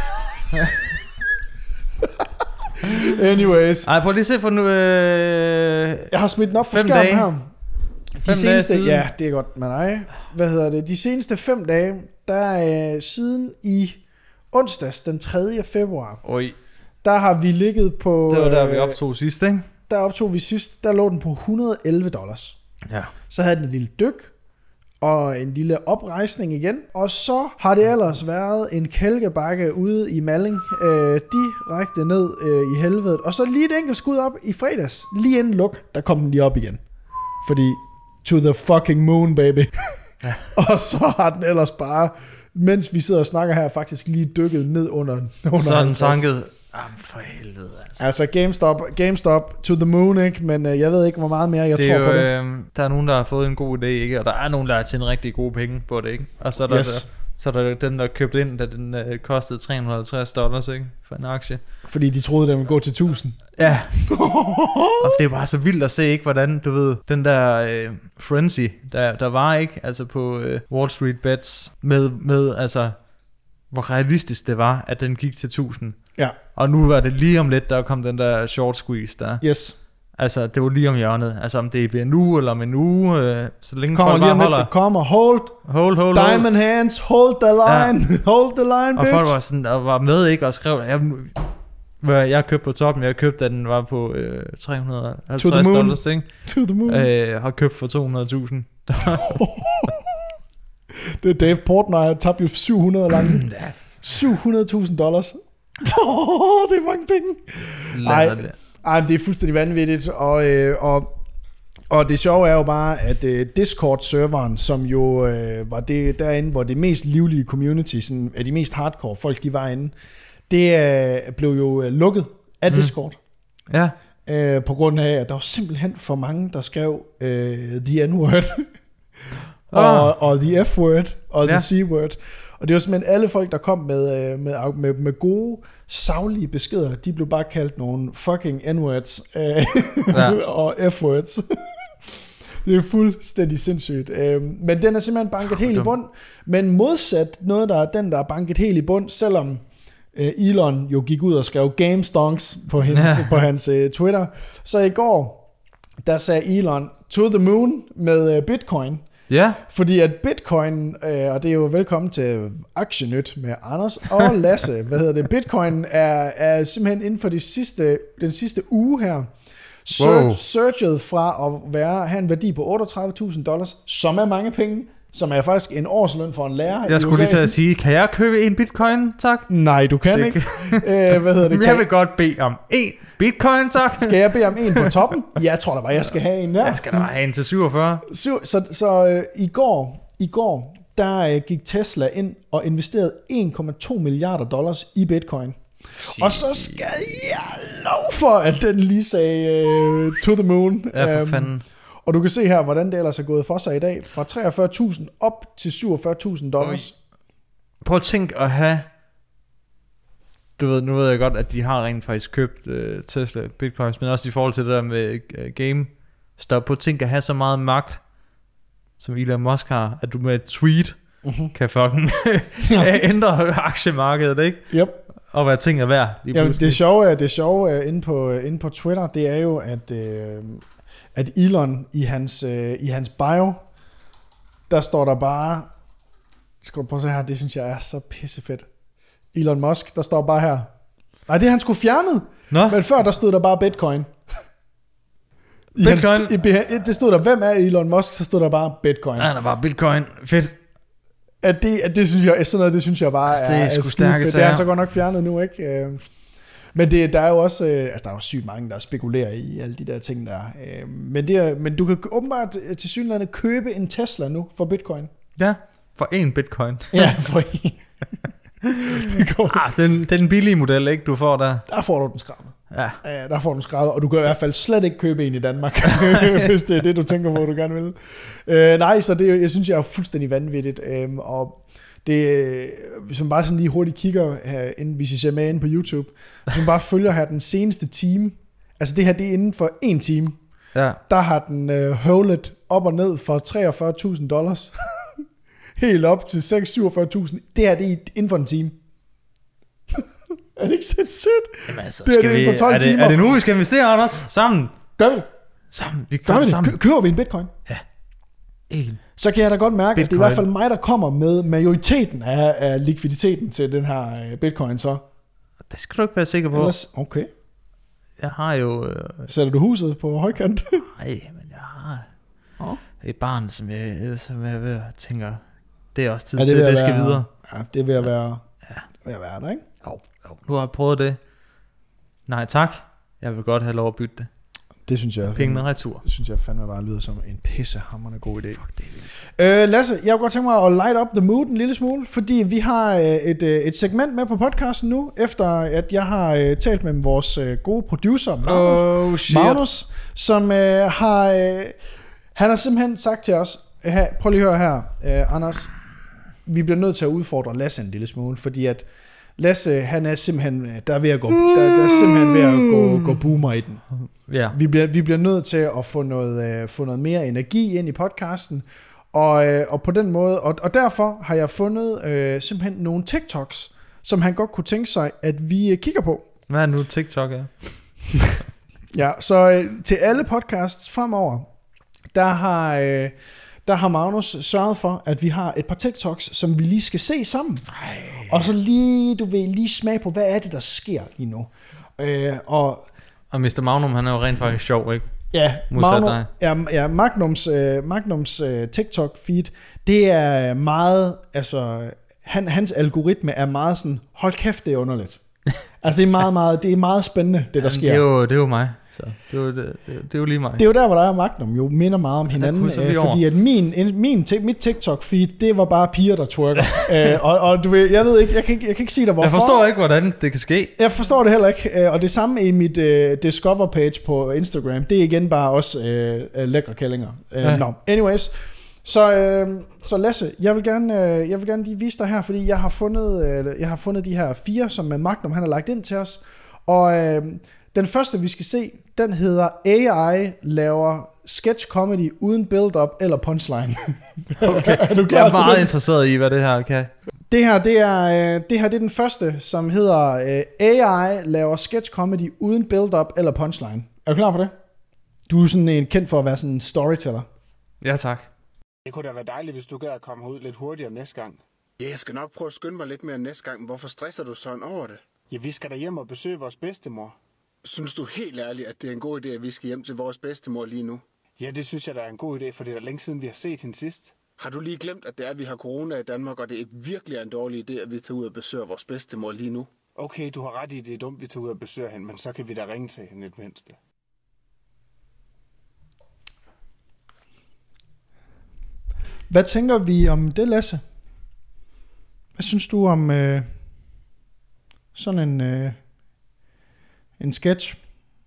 Anyways. Ej, prøv lige at se for nu... Øh... Jeg har smidt den op på skærmen dage. her. De fem seneste, dage ja, det er godt med dig. Hvad hedder det? De seneste fem dage, der er øh, siden i... onsdags den tredje februar. Oj. Der har vi ligget på... Det var der, vi optog sidst, ikke? Der optog vi sidst. Der lå den på et hundrede og elleve dollars. Ja. Så havde den en lille dyk, og en lille oprejsning igen. Og så har det ellers været en kælkebakke ude i Malling, øh, direkte ned øh, i helvedet. Og så lige et enkelt skud op i fredags. Lige inden luk, der kom den lige op igen. Fordi, to the fucking moon, baby. Ja. Og så har den ellers bare... mens vi sidder og snakker her, faktisk lige dykket ned under, under sådan tanket. Jamen for helvede altså. Altså GameStop, GameStop to the moon, ikke? Men øh, jeg ved ikke, hvor meget mere jeg det tror jo, på det. Øh, der er nogen, der har fået en god idé, ikke? Og der er nogen, der har tjent rigtig gode penge på det, ikke? Og så er der, yes. der, så er der den, der købte ind, da den øh, kostede tre hundrede og halvtreds dollars, ikke? For en aktie. Fordi de troede, den ville gå til tusind. Ja. Og det er bare så vildt at se, ikke? Hvordan, du ved, den der øh, frenzy, der, der var, ikke? Altså på øh, Wall Street Bets, med, med altså, hvor realistisk det var, at den gik til tusind. Ja. Og nu var det lige om lidt, der kom den der short squeeze der. Yes. Altså, det var lige om hjørnet. Altså, om det bliver en uge eller om en uge, øh, så længe kommer folk bare holder. Det kommer, hold, hold, hold, diamond hold. Hands, hold the line, ja. Hold the line, og bitch. Og folk var sådan, og var med, ikke, og skrev, jeg, jeg købte på toppen, jeg købte, da den var på øh, tre hundrede og halvtreds dollars, ikke? To the moon. Øh, har købt for to hundrede tusind. Det er Dave Portnoy, jeg tabte jo syv hundrede langt. syv hundrede tusind dollars. Oh, det er mange penge. Ej, ej, det er fuldstændig vanvittigt. Og, øh, og, og det sjove er jo bare, at øh, Discord-serveren, som jo øh, var det derinde, hvor det mest livlige community, sådan, af de mest hardcore folk, de var inde, det øh, blev jo øh, lukket af mm. Discord. Ja. Øh, på grund af, at der var simpelthen for mange, der skrev øh, the N-word, og, oh. og the F-word, og ja. the C-word. Og det var simpelthen alle folk, der kom med, med, med, med gode, saglige beskeder, de blev bare kaldt nogle fucking N-words øh, ja. og F-words. Det er fuldstændig sindssygt. Øh, men den er simpelthen banket helt i bund. Men modsat noget, der er den, der er banket helt i bund, selvom øh, Elon jo gik ud og skrev GameStonks på, hendes, ja. på hans øh, Twitter. Så i går, der sagde Elon to the moon med øh, Bitcoin. Ja. Fordi at Bitcoin, øh, og det er jo velkommen til Aktienyt med Anders og Lasse, hvad hedder det, Bitcoin er, er simpelthen inden for de sidste, den sidste uge her, search, wow. searchet fra at være, have en værdi på otteogtredive tusind dollars, som er mange penge, som er faktisk en årsløn for en lærer. Jeg skulle lige til at sige, kan jeg købe en bitcoin, tak? Nej, du kan det ikke. Æh, hvad hedder det? Men jeg vil godt bede om en bitcoin, tak. Skal jeg bede om en på toppen? Jeg tror da bare, jeg skal have en der. Jeg skal da have en til syvogfyrre. Så, så, så øh, i går, i går, der øh, gik Tesla ind og investerede en komma to milliarder dollars i bitcoin. Shit. Og så skal jeg love for, at den lige sagde uh, to the moon. Ja, for fanden. Um, og du kan se her, hvordan det ellers er gået for sig i dag. Fra treogfyrre tusind op til syvogfyrre tusind dollars. Prøv at tænke at have... Du ved, nu ved jeg godt, at de har rent faktisk købt uh, Tesla bitcoins, men også i forhold til det der med uh, GameStop. Prøv at tænke at have så meget magt, som Elon Musk har, at du med et tweet uh-huh. kan fucking ændre aktiemarkedet, ikke? Yep. og hvad ting er værd. Jamen, det sjove er, det sjove inde på, inde på Twitter, det er jo, at, øh, at Elon i hans, øh, i hans bio, der står der bare, skal du prøve at se her, det synes jeg er så pissefedt. Elon Musk, der står bare her, nej, det er han skulle fjernet, Nå? Men før der stod der bare Bitcoin. Bitcoin? Hans, i, det stod der, hvem er Elon Musk, så stod der bare Bitcoin. Ja, der var Bitcoin, fedt. At det, at det synes jeg, sådan noget, det synes jeg bare altså, det er, er sgu stærkt. Det er han så godt nok fjernet nu, ikke? Men det, der er jo også, altså der er jo sygt mange, der spekulerer i alle de der ting der. Men, det er, men du kan åbenbart til synligheden købe en Tesla nu for Bitcoin. Ja, for en Bitcoin. Ja, for en. ah, den, den billige model, ikke, du får der. Der får du den skrabet. Ja. ja. Der får du den skrabet, og du kan i hvert fald slet ikke købe en i Danmark, hvis det er det, du tænker på, du gerne vil. Uh, nej, så det, jeg synes, jeg er fuldstændig vanvittigt. Um, og det, hvis man bare sådan lige hurtigt kigger her, inden, hvis I ser med inde på YouTube, hvis man bare følger her den seneste time, altså det her, det er inden for en time, ja. Der har den uh, høvlet op og ned for treogfyrre tusind dollars. Helt op til seks hundrede syvogfyrre tusind. Det her, det er inden for en time. Er det ikke sindssygt? Jamen altså, det er det inden for tolv er det, timer. Er det nu, vi skal investere, Anders? Sammen. Gør vi det? Sammen. Vi gør vi det. Sammen. Køber vi en bitcoin? Ja. En. Så kan jeg da godt mærke, bitcoin. At det er i hvert fald mig, der kommer med majoriteten af, af likviditeten til den her bitcoin så. Det skal du ikke være sikker på. Ellers, okay. Jeg har jo... Øh... Sætter du huset på højkant? Nej, men jeg har oh. et barn, som jeg, som jeg ved, tænker, det er også tid ja, det til, at det skal være, videre. Ja, det er ved at være, ja. ved at være der, ikke? Jo, jo, nu har jeg prøvet det. Nej tak, jeg vil godt have lov at bytte det. Det synes jeg. Pengene retur. Det synes jeg fandme bare lyder som en pissehammerende god idé. Fuck, det er øh, Lasse, jeg kunne godt tænke mig at light up the mood en lille smule, fordi vi har et, et segment med på podcasten nu, efter at jeg har talt med vores gode producer, Magnus, oh, Magnus som øh, har... Øh, han har simpelthen sagt til os, her, prøv lige at høre her, øh, Anders, vi bliver nødt til at udfordre Lasse en lille smule, fordi at Lasse, han er simpelthen, der er ved at gå, der, der er simpelthen ved at gå, gå boomer i den. Ja. Vi bliver, vi bliver nødt til at få noget, uh, få noget mere energi ind i podcasten, og, uh, og på den måde, og, og derfor har jeg fundet uh, simpelthen nogle TikToks, som han godt kunne tænke sig, at vi uh, kigger på. Hvad er nu TikTok er? Ja, så uh, til alle podcasts fremover, der har... Uh, Der har Magnus sørget for, at vi har et par TikToks, som vi lige skal se sammen. Ej. Og så lige, du vil lige smage på, hvad er det, der sker lige nu. Øh, og, og mister Magnum, han er jo rent faktisk sjov, ikke? Ja, Magnum, ja, ja Magnums, uh, Magnums uh, TikTok-feed, det er meget, altså, han, hans algoritme er meget sådan, hold kæft, det er underligt. Altså, det er meget, meget, det er meget spændende, det der Jamen, sker. Det er jo, det er jo mig. Så det er, jo, det, det, det er jo lige mig. Det er jo der, hvor der er Magnum jo minder meget om hinanden, øh, fordi at min, min, mit TikTok-feed, det var bare piger, der twerker. øh, og, og du ved, jeg ved ikke, jeg kan, jeg kan ikke sige dig, hvorfor. Jeg forstår ikke, hvordan det kan ske. Jeg forstår det heller ikke, øh, og det samme i mit øh, Discover-page på Instagram, det er igen bare også øh, lækre kællinger. Øh, ja. No. Anyways, så, øh, så Lasse, jeg vil, gerne, øh, jeg vil gerne lige vise dig her, fordi jeg har fundet, øh, jeg har fundet de her fire, som Magnum han har lagt ind til os, og... Øh, den første, vi skal se, den hedder A I laver sketch comedy uden build-up eller punchline. Okay, er du klar jeg er meget interesseret i, hvad det her kan. Det her, det er, det her, det er den første, som hedder A I laver sketch comedy uden build-up eller punchline. Er du klar på det? Du er sådan en kendt for at være sådan en storyteller. Ja, tak. Det kunne da være dejligt, hvis du gad at komme ud lidt hurtigere næste gang. Ja, jeg skal nok prøve at skynde mig lidt mere næste gang, men hvorfor stresser du sådan over det? Ja, vi skal da hjem og besøge vores bedstemor. Synes du helt ærligt, at det er en god idé, at vi skal hjem til vores bedstemor lige nu? Ja, det synes jeg, der er en god idé, for det er da længe siden, vi har set hende sidst. Har du lige glemt, at det er, at vi har corona i Danmark, og det er virkelig en dårlig idé, at vi tager ud og besøger vores bedstemor lige nu? Okay, du har ret i, det er dumt, vi tager ud og besøger hende, men så kan vi da ringe til hende et mindste. Hvad tænker vi om det, Lasse? Hvad synes du om øh, sådan en... Øh En sketch.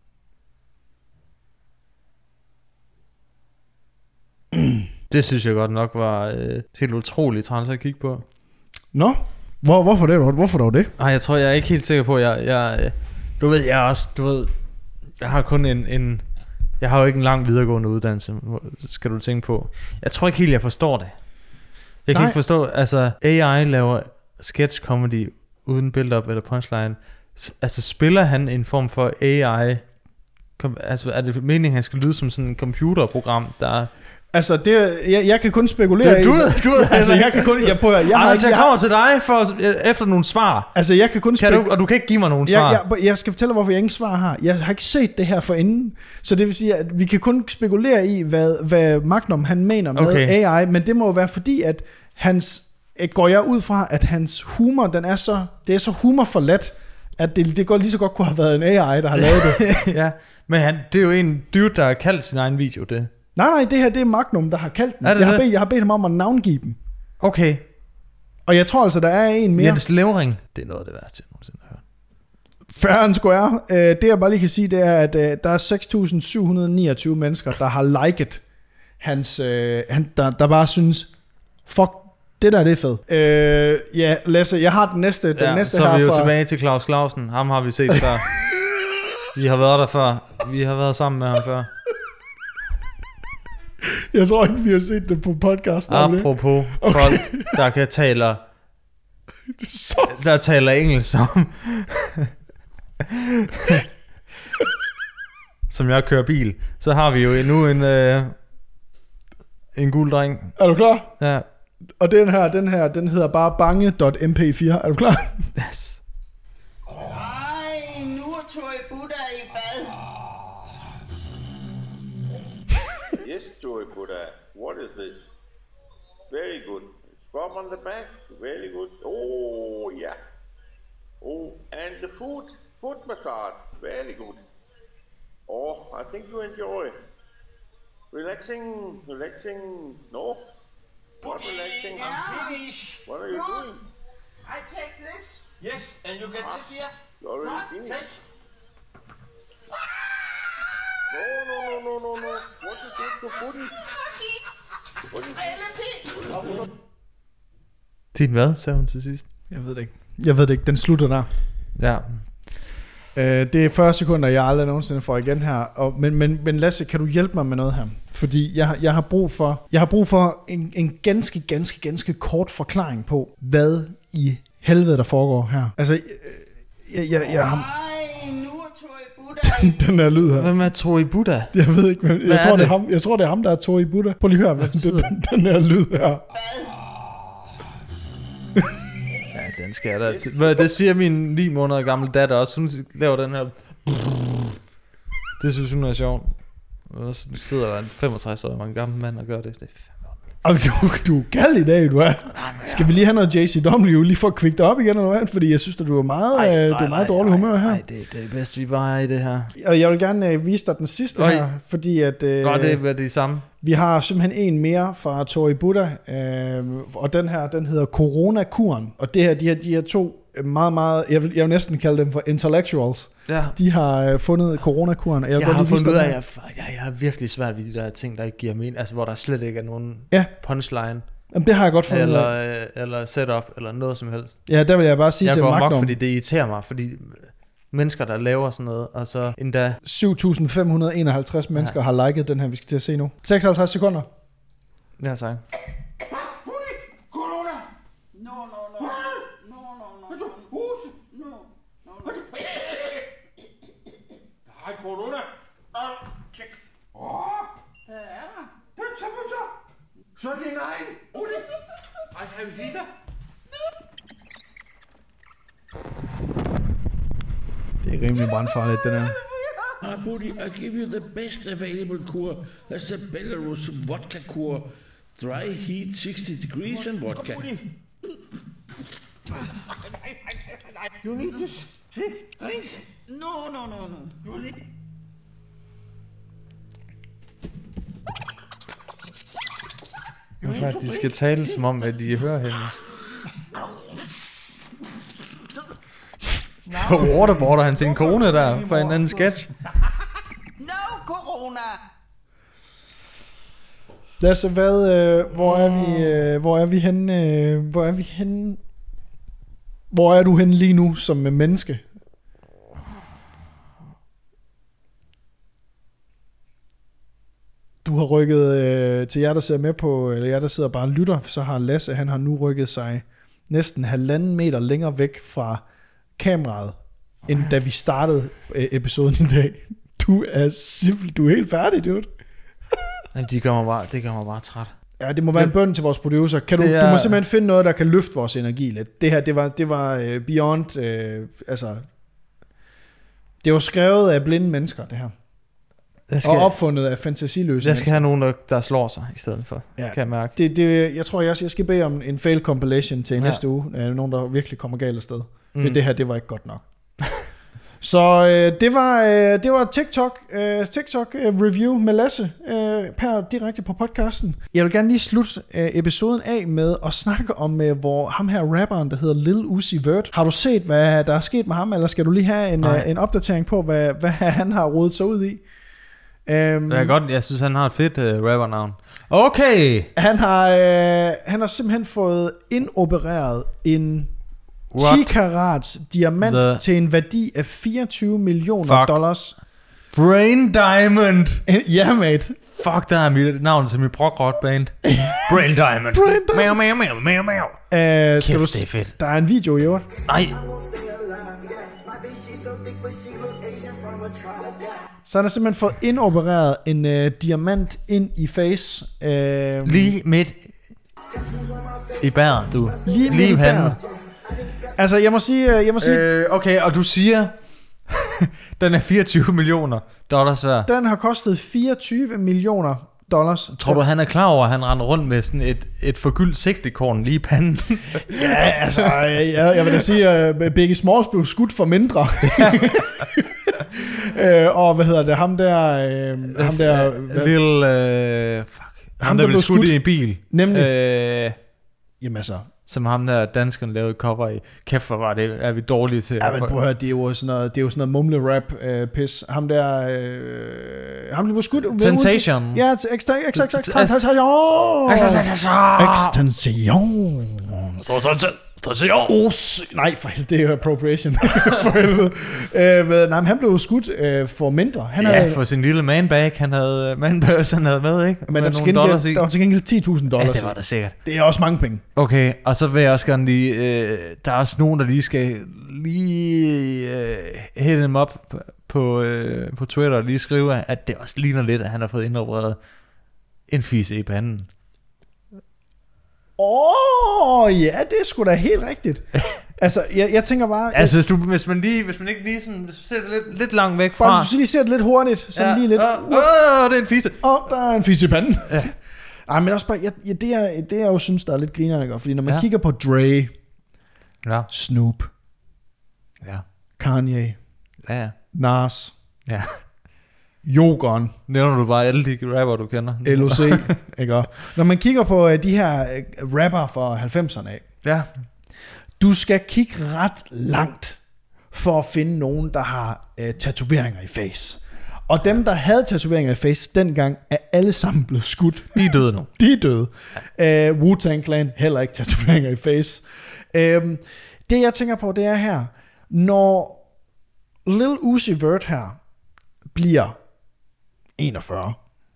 Det synes jeg godt nok var øh, helt utroligt træls at kigge på. Nå, Hvor, hvorfor det? Hvorfor dog det? Nej, jeg tror, jeg er ikke helt sikker på, jeg, jeg du ved, jeg er også, du ved, jeg har kun en, en, jeg har jo ikke en lang videregående uddannelse, skal du tænke på. Jeg tror ikke helt, jeg forstår det. Jeg kan Nej. ikke forstå, altså A I laver sketch comedy uden build-up eller punchline, altså spiller han en form for A I? Kom, altså er det meningen, han skal lyde som sådan et computerprogram, der... Altså, det, jeg, jeg kan kun spekulere det, i... Du ved, du ved, altså, jeg kan kun... Jeg, prøver, jeg, jeg, har, altså, jeg jeg kommer til dig for, efter nogle svar. Altså, jeg kan kun... Kan du, og du kan ikke give mig nogen svar. Jeg, jeg, jeg skal fortælle, hvorfor jeg ingen svar har. Jeg har ikke set det her forinden. Så det vil sige, at vi kan kun spekulere i, hvad, hvad Magnum han mener med okay. A I, men det må jo være fordi, at hans... Går jeg ud fra, at hans humor, den er så... Det er så humorforladt, at det, det går lige så godt kunne have været en A I, der har lavet det. Ja, men han, det er jo en dude, der har kaldt sin egen video det. Nej, nej, det her det er Magnum, der har kaldt den. Jeg har, bedt, jeg har bedt ham om at navngive dem. Okay. Og jeg tror altså, der er en mere. Jens Levering. Det er noget af det værste, jeg nogensinde har hørt. Fair and square. Uh, det jeg bare lige kan sige, det er, at uh, der er seks tusind syv hundrede og niogtyve mennesker, der har liket hans, uh, han, der, der bare synes, fuck, det der det er fedt. Uh, ja, Lasse, jeg har den næste, den ja, næste så her er vi jo fra... tilbage til Claus Clausen. Ham har vi set før. Vi har været der før. Vi har været sammen med ham før. Jeg tror ikke, vi har set det på podcasten. Apropos okay. folk, der kan tale, der taler engelsk som, som jeg kører bil, så har vi jo endnu en, øh, en gul dreng. Er du klar? Ja. Og den her, den her, den hedder bare bange punktum m p fire. Er du klar? Yes. Ej, nu er Toy Buddha i bad. Yes, Toy Buddha. What is this? Very good. Scrub on the back. Very good. Oh, yeah. Oh, and the foot. Foot massage. Very good. Oh, I think you enjoy. Relaxing. Relaxing. No. What relaxing? I'm finished. What are you Good. doing? I take this. Yes, and you get this here. You already What? finished? Take. No, no, no, no, no, no. What is this? The footy? What is this? Din hvad, sagde hun til sidst? Jeg ved det ikke. Jeg ved det ikke. Den slutter der. Ja. Øh, det er fyrre sekunder, jeg aldrig nogensinde får igen her. Og, men, men, men Lasse, kan du hjælpe mig med noget her? Fordi jeg, jeg har brug for, jeg har brug for en, en ganske, ganske, ganske kort forklaring på, hvad i helvede der foregår her. Altså, jeg, jeg, jeg, jeg har... Ej, nu er Toy Buddha. Den der lyd her. Hvem er Tori Buddha? Jeg ved ikke, men jeg, Hvad tror, er det er det? ham, jeg tror, det er ham, der er Tori Buddha. Prøv lige at høre, hvad den, den, den der lyd her. Ja, den skal jeg da. Det, det siger min ni måneder gamle datter også. Hun laver den her. Det synes hun er sjovt. Og så sidder der en femogtres-årig en gammel mand og gør det. Det er Og du, du er gal i dag, du er. Skal vi lige have noget J C W, lige for at kvikke dig op igen, eller hvad? Fordi jeg synes, at du er meget, ej, ej, du er meget ej, dårlig humør her. Nej, det, det er bedst, vi bare er i det her. Og jeg vil gerne uh, vise dig den sidste Oj. her, fordi at... Uh, Nå, det er det samme. Vi har simpelthen en mere fra Tori Buddha, øh, og den her, den hedder Corona-kuren. Og det her, de her, de her to meget, meget, jeg vil, jeg vil næsten kalde dem for intellectuals. Ja. De har øh, fundet Corona-kuren. Og jeg, Jeg, jeg har fundet ud af, at jeg... jeg, jeg, jeg har virkelig svært ved de der ting, der ikke giver mening. Altså, hvor der slet ikke er nogen Ja. punchline. Jamen, det har jeg godt fundet ud Eller, af. øh, eller setup, eller noget som helst. Ja, der vil jeg bare sige Jeg til går Magnum. mok, fordi det irriterer mig, fordi mennesker, der laver sådan noget, og så endda... syv tusind fem hundrede og enoghalvtreds mennesker har liket den her, vi skal til at se nu. seksoghalvtreds sekunder. Ja, tak. Corona. No, no, no. No, no, no. No, no, no. Hej, corona. Ah, tjek. Åh, Hvad er der? pølser, pølser. Så er det en egen. Ole. I have heater. Det er rimelig brandfarligt, den her. Hi, Buddy, I give you the best available cure. That's the Belarus vodka cure. Dry heat, sixty degrees and vodka. You need this. See? Drink. No, no, no, no. You need... Hvorfor at de skal tale som om, at de hører hende? Så waterboarder han sin kone der for en anden sketch. No, Corona. Lasse, hvad, øh, hvor er vi, øh, hvor er vi henne, øh, hvor er vi henne, hvor er du henne lige nu som menneske? Du har rykket, øh, til jer der sidder med på, eller jer der sidder bare og lytter, så har Lasse, han har nu rykket sig næsten halvanden meter længere væk fra kameraet, end da vi startede øh, episoden i dag. Du er simpelthen, du er helt færdig, dude. Jamen, de gør mig bare, det gør mig bare træt. Ja, det må være en bøn til vores producer. Kan du, er... du må simpelthen finde noget, der kan løfte vores energi lidt. Det her, det var, det var uh, beyond, uh, altså, det var skrevet af blinde mennesker, det her. Skal, og opfundet af fantasiløse Jeg skal mennesker. have nogen, der, der slår sig i stedet for, ja, kan jeg mærke. Det, det, jeg tror, jeg, jeg skal bede om en fail compilation til ja. næste uge. Uh, nogen, der virkelig kommer galt afsted. Mm. For det her, det var ikke godt nok. Så øh, det var øh, det var TikTok øh, TikTok øh, review med Lasse øh, per direkte på podcasten. Jeg vil gerne lige slutte øh, episoden af med at snakke om øh, hvor ham her rapperen, der hedder Lil Uzi Vert. Har du set hvad der er sket med ham, eller skal du lige have en øh, en opdatering på hvad hvad han har rodet sig ud i? Um, det er godt. Jeg synes han har et fedt uh, rappernavn. Okay. Han har øh, han har simpelthen fået indopereret en ti karats diamant The... til en værdi af fireogtyve millioner dollars. Brain Diamond. Ja, mate. Fuck, der er mit navn til mit prog-rock band. Brain Diamond. Brain Diamond. Meow, meow, meow, meow, meow. Uh, skal Kæft, du... det er fedt. Der er en video i øvrigt. Nej. Så han har simpelthen fået indopereret en uh, diamant ind i face. Uh, Lige midt i bæret, du. Lige, Lige i bæret. Altså, jeg må sige... Jeg må sige øh, okay, og du siger, den er fireogtyve millioner dollars værd. Den har kostet fireogtyve millioner dollars. Tror du, han er klar over, at han render rundt med sådan et, et forgyldt sigtekorn lige i panden? Ja, altså, jeg, jeg vil da sige, at Biggie Smalls blev skudt for mindre. øh, og hvad hedder det, ham der... Øh, ham der Lille... Øh, fuck. Ham, ham der, der blev skudt, skudt i en bil. Nemlig. Øh, Jamen altså... Som ham der danskeren lavede cover i. Kæft, hvor var det, er vi dårlige til. Ja, men prøv at høre, det er jo sådan noget, det er jo sådan noget mumle-rap øh, pis. Ham der, øh, ham blev skudt. Temptation. Ja, Extension. Extension. Oh, nej, for helvede, det er appropriation. For helvede. Øh, men, nej, men han blev skudt øh, for mindre. Han ja, havde, for sin lille manbag, han havde, manbag, han havde med, ikke? Men der, til gengæld, der var til gengæld ti tusind dollars. Ja, det var der sikkert. Det er også mange penge. Okay, og så vil jeg også gerne lige, øh, der er også nogen, der lige skal lige øh, hælde dem op på, øh, på Twitter og lige skrive, at det også ligner lidt, at han har fået indopereret en fise i panden. Åh, oh, ja, det er sgu da helt rigtigt. Altså, jeg, jeg tænker bare... Altså, hvis, du, hvis, man lige, hvis man ikke lige sådan... Hvis man ser det lidt, lidt langt væk fra... Bare du lige ser det lidt hurtigt. Sådan ja. lige lidt... Åh, oh, oh, det er en fise. Åh, oh, der er en fise i panden. Ja. Ej, men også bare... Jeg, ja, det, er, det er jeg jo synes, der er lidt grinerende. Fordi når man ja. kigger på Dre... Ja. Snoop... Ja. Kanye... Ja. Nas... Ja. Yogon. Nævner du bare alle de rapper, du kender. L O C. Ikke? Når man kigger på de her rapper fra halvfemserne af, ja. Du skal kigge ret langt for at finde nogen, der har uh, tatoveringer i face. Og dem, der havde tatoveringer i face dengang, er alle sammen blevet skudt. De er døde nu. De er døde. Ja. Uh, Wu-Tang Clan, heller ikke tatoveringer i face. Uh, det jeg tænker på, det er her, når Lil Uzi Vert her bliver enogfyrre.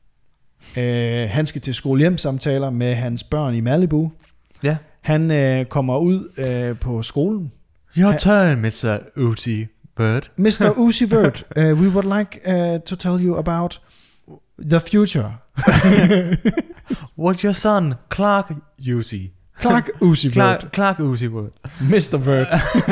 Uh, han skal til skolehjemsamtaler med hans børn i Malibu. Ja. Han uh, kommer ud uh, på skolen. Your turn, mister Uzi Vert. mister Uzi Vert, uh, we would like uh, to tell you about the future. What your son, Clark Uzi. Clark Uzi Vert. Clark, Clark Uzi Vert. mister Vert.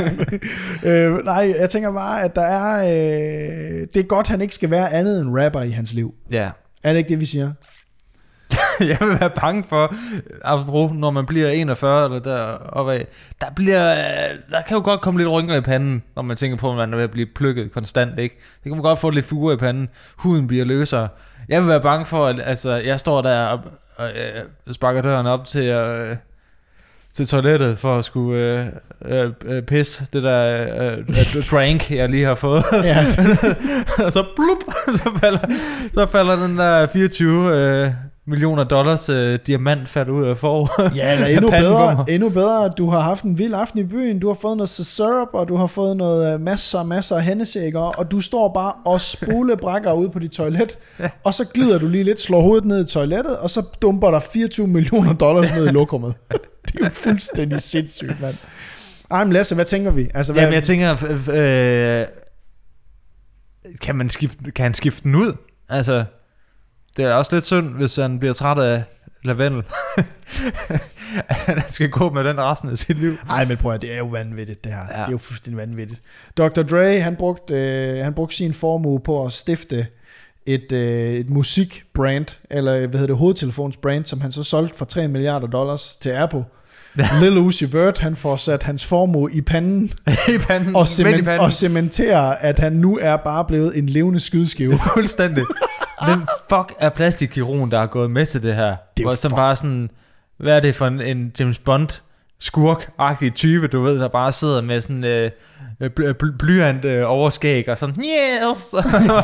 uh, nej, jeg tænker bare, at der er... Uh, det er godt, han ikke skal være andet end rapper i hans liv. Ja. Er det ikke det, vi siger? Jeg vil være bange for, apropos, når man bliver enogfyrre eller deroppe af, der bliver, der kan jo godt komme lidt rynker i panden, når man tænker på, at man er ved at blive plukket konstant, ikke? Det kan man godt få lidt fuger i panden, huden bliver løsere. Jeg vil være bange for, at altså, jeg står der og, og øh, sparker døren op til, øh, til toilettet for at skulle øh, øh, pisse det der øh, drank, jeg lige har fået. Ja. Og så blup, så falder, så falder den der fireogtyve øh, millioner dollars øh, diamant falder ud af for. Ja, eller endnu bedre, endnu bedre, du har haft en vild aften i byen, du har fået noget syrup, og du har fået noget masser og masser af Hennessy, og du står bare og spulebrækker ud på dit toilet, ja. Og så glider du lige lidt, slår hovedet ned i toilettet, og så dumper der fireogtyve millioner dollars ned i lokummet. Det er jo fuldstændig sindssygt, mand. Ej, men Lasse, hvad tænker vi? Altså, hvad... Jamen, jeg tænker, øh, kan, man skifte, kan han skifte den ud? Altså, det er også lidt synd, hvis han bliver træt af lavendel. Han skal gå med den resten af sit liv. Ej, men prøv at det er jo vanvittigt, det her. Ja. Det er jo fuldstændig vanvittigt. doktor Dre, han brugte, øh, han brugte sin formue på at stifte et, øh, et musikbrand, eller hvad hedder det, hovedtelefonsbrand, som han så solgte for tre milliarder dollars til Apple. Lil Uzi Vert, han får sat hans formue i panden, I panden, og, cement, i panden. og cementerer, at han nu er bare blevet en levende skydeskive. Fuldstændig. Den fuck er plastikkirurgen, der er gået med til det her. Det er Hvor, som fuck. bare sådan, hvad er det for en, en James Bond skurk-agtig type, du ved, der bare sidder med sådan øh, bly- bly- blyant øh, overskæg og sådan, yes,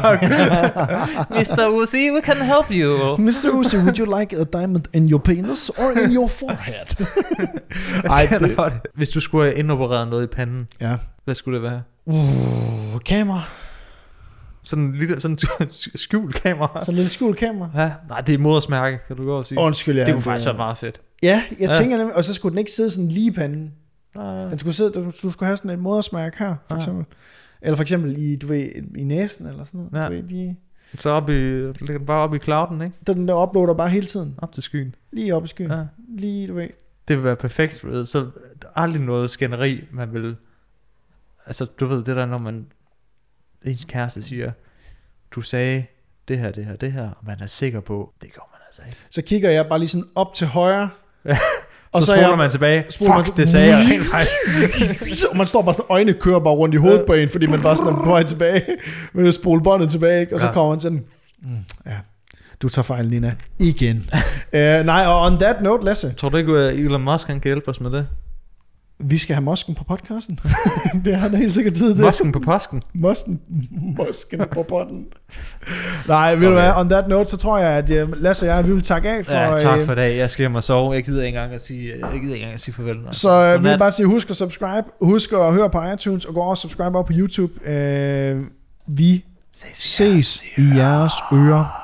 mister Uzi, we can help you. mister Uzi, would you like a diamond in your penis or in your forehead? Ej, det... det. Hvis du skulle have indopereret noget i panden, Ja. hvad skulle det være? Uh, kamera. Sådan en lille, sådan skjult kamera. Sådan en lille skjult kamera. Ja, nej, det er modersmærke, kan du godt sige. Undskyld, ja. Det kunne faktisk være meget fedt. Ja, jeg Ja. tænker nemlig, og så skulle den ikke sidde sådan lige i panden. Nej. Den skulle sidde, du, du skulle have sådan et modersmærke her, for Ja. eksempel. Eller for eksempel i, du ved, i næsen eller sådan noget. Ja. Du ved, de, Så op i, ligger den bare op i clouden, ikke? den der uploader bare hele tiden. Op til skyen. Lige op i skyen. Ja. Lige, du ved. Det vil være perfekt, du ved. Så aldrig noget skænderi, man vil... Altså, du ved, det der, når man... Ens kæreste siger, du sagde det her, det her, det her, og man er sikker på, det gør man altså ikke. Så kigger jeg bare lige sådan op til højre. Og så, så spoler man tilbage. spoler Fuck, man- det sagde jeg rent faktisk. Og man står bare sådan, øjnene kører bare rundt i hovedet på en, fordi man bare sådan er på vej tilbage. Men at spole båndet tilbage, ikke? Og så Ja. kommer man sådan, mm, ja, du tager fejl, Nina. Igen. uh, nej, og on that note, Lasse, Tror du ikke, at Elon Musk han kan hjælpe os med det? vi skal have Mosken på podcasten. Det har han helt sikkert tid til. Mosken på påsken? Mosken, Mosken på potten. Nej, ved okay. du hvad, on that note, så tror jeg, at uh, Lasse og jeg, vi vil takke af for... Ja, tak øh, for i dag. Jeg skal hjem og sove. Jeg gider ikke engang at sige, jeg gider ikke engang at sige farvel. Altså. Så øh, vi vil Godnat. bare sige, husk at subscribe, husk at høre på iTunes, og gå også subscribe op på YouTube. Uh, vi ses i jeres ører.